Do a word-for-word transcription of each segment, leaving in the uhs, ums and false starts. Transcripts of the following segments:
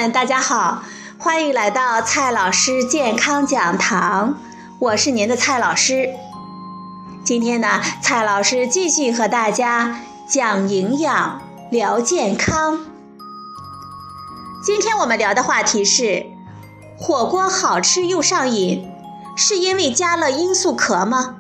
们，大家好，欢迎来到蔡老师健康讲堂，我是您的蔡老师。今天呢，蔡老师继续和大家讲营养、聊健康。今天我们聊的话题是：火锅好吃又上瘾，是因为加了罂粟壳吗？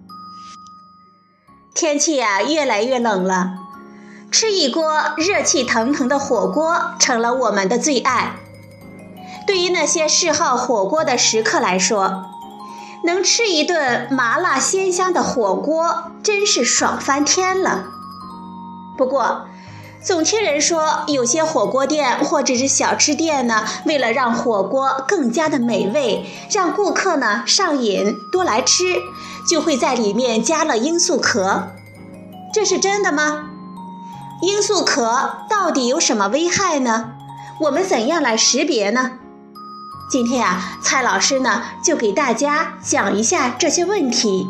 天气啊，越来越冷了，吃一锅热气腾腾的火锅成了我们的最爱。对于那些嗜好火锅的食客来说，能吃一顿麻辣鲜香的火锅真是爽翻天了。不过总听人说，有些火锅店或者是小吃店呢，为了让火锅更加的美味，让顾客呢上瘾多来吃，就会在里面加了罂粟壳。这是真的吗？罂粟壳到底有什么危害呢？我们怎样来识别呢？今天啊，蔡老师呢就给大家讲一下这些问题。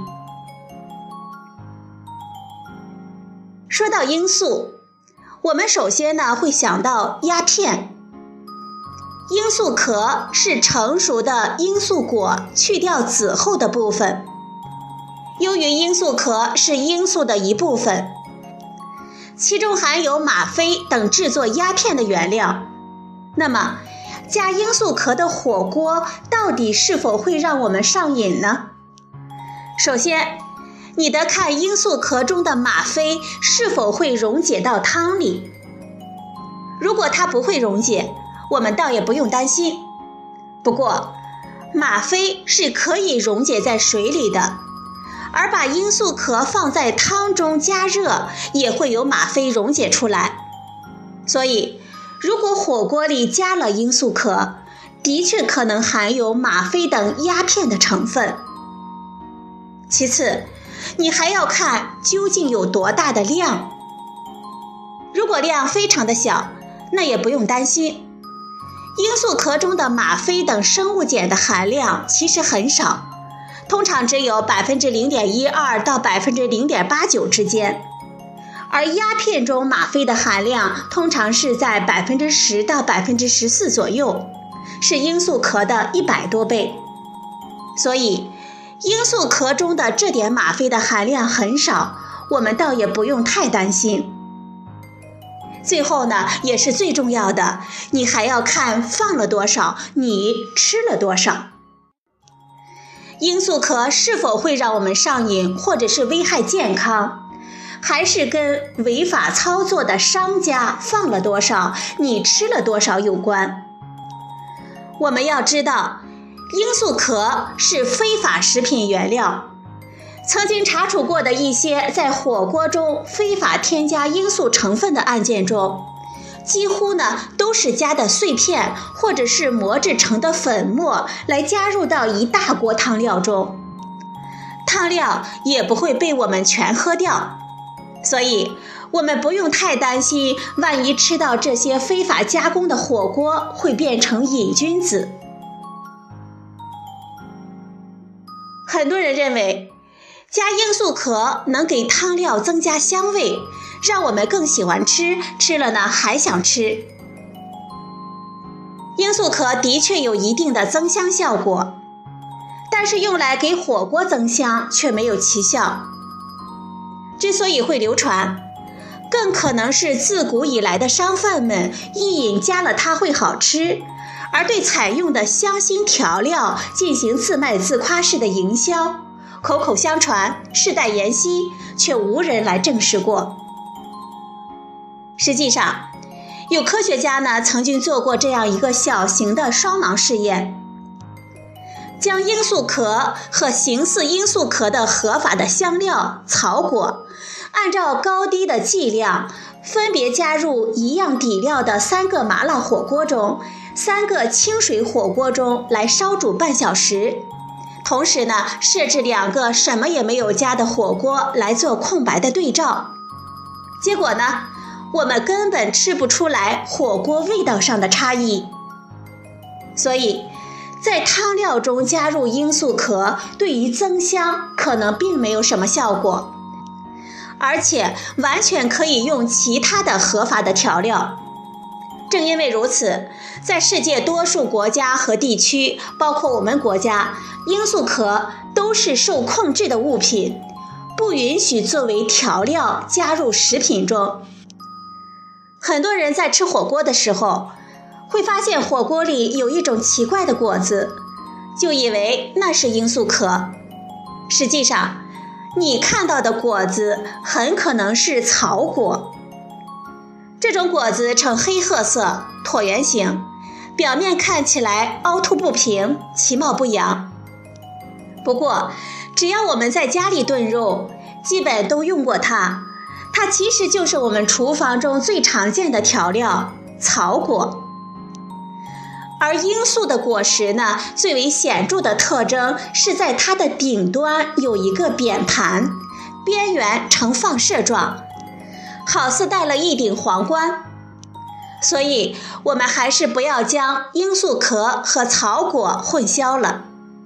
说到罂粟，我们首先呢会想到鸦片。罂粟壳是成熟的罂粟果去掉籽后的部分。由于罂粟壳是罂粟的一部分，其中含有吗啡等制作鸦片的原料，那么加罂粟壳的火锅到底是否会让我们上瘾呢？首先，你得看罂粟壳中的吗啡是否会溶解到汤里。如果它不会溶解，我们倒也不用担心。不过，吗啡是可以溶解在水里的，而把罂粟壳放在汤中加热，也会有吗啡溶解出来。所以，如果火锅里加了罂粟壳，的确可能含有吗啡等鸦片的成分。其次，你还要看究竟有多大的量。如果量非常的小，那也不用担心。罂粟壳中的吗啡等生物碱的含量其实很少，通常只有 百分之零点一二 到 百分之零点八九 之间，而鸦片中吗啡的含量通常是在 百分之十 到 百分之十四 左右，是罂粟壳的一百多倍。所以罂粟壳中的这点吗啡的含量很少，我们倒也不用太担心。最后呢，也是最重要的，你还要看放了多少，你吃了多少。罂粟壳是否会让我们上瘾，或者是危害健康，还是跟违法操作的商家放了多少，你吃了多少有关。我们要知道，罂粟壳是非法食品原料。曾经查处过的一些在火锅中非法添加罂粟成分的案件中，几乎呢都是加的碎片或者是磨制成的粉末来加入到一大锅汤料中，汤料也不会被我们全喝掉，所以我们不用太担心，万一吃到这些非法加工的火锅会变成瘾君子。很多人认为加罂粟壳能给汤料增加香味，让我们更喜欢吃，吃了呢还想吃。罂粟壳的确有一定的增香效果，但是用来给火锅增香却没有奇效。之所以会流传，更可能是自古以来的商贩们一引加了它会好吃，而对采用的香辛调料进行自卖自夸式的营销，口口相传，世代沿袭，却无人来证实过。实际上，有科学家呢曾经做过这样一个小型的双盲试验，将罂粟壳和形似罂粟壳的合法的香料草果，按照高低的剂量，分别加入一样底料的三个麻辣火锅中，三个清水火锅中来烧煮半小时。同时呢，设置两个什么也没有加的火锅来做空白的对照。结果呢，我们根本吃不出来火锅味道上的差异。所以，在汤料中加入罂粟壳，对于增香可能并没有什么效果，而且完全可以用其他的合法的调料。 正因为如此，在世界多数国家和地区，包括我们国家，罂粟壳都是受控制的物品，不允许作为调料加入食品中。很多人在吃火锅的时候，会发现火锅里有一种奇怪的果子，就以为那是罂粟壳。实际上，你看到的果子很可能是草果。这种果子呈黑褐色，椭圆形，表面看起来凹凸不平，其貌不扬。不过，只要我们在家里炖肉，基本都用过它。它其实就是我们厨房中最常见的调料——草果。而罂粟的果实呢，最为显著的特征是在它的顶端有一个扁盘，边缘呈放射状，好似戴了一顶皇冠。所以我们还是不要将罂粟壳和草果混淆了。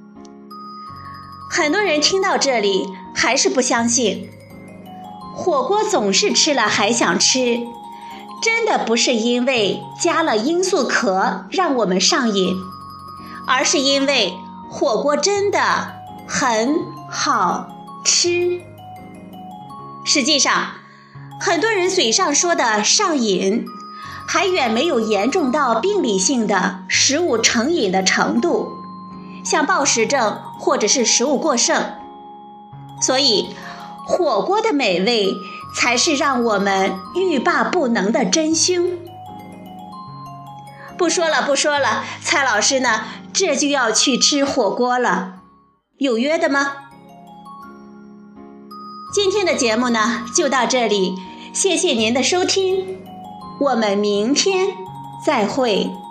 很多人听到这里还是不相信，火锅总是吃了还想吃，真的不是因为加了罂粟壳让我们上瘾，而是因为火锅真的很好吃。实际上，很多人嘴上说的上瘾，还远没有严重到病理性的食物成瘾的程度，像暴食症或者是食物过剩。所以，火锅的美味才是让我们欲罢不能的真凶。不说了不说了，蔡老师呢，这就要去吃火锅了，有约的吗？今天的节目呢，就到这里，谢谢您的收听，我们明天再会。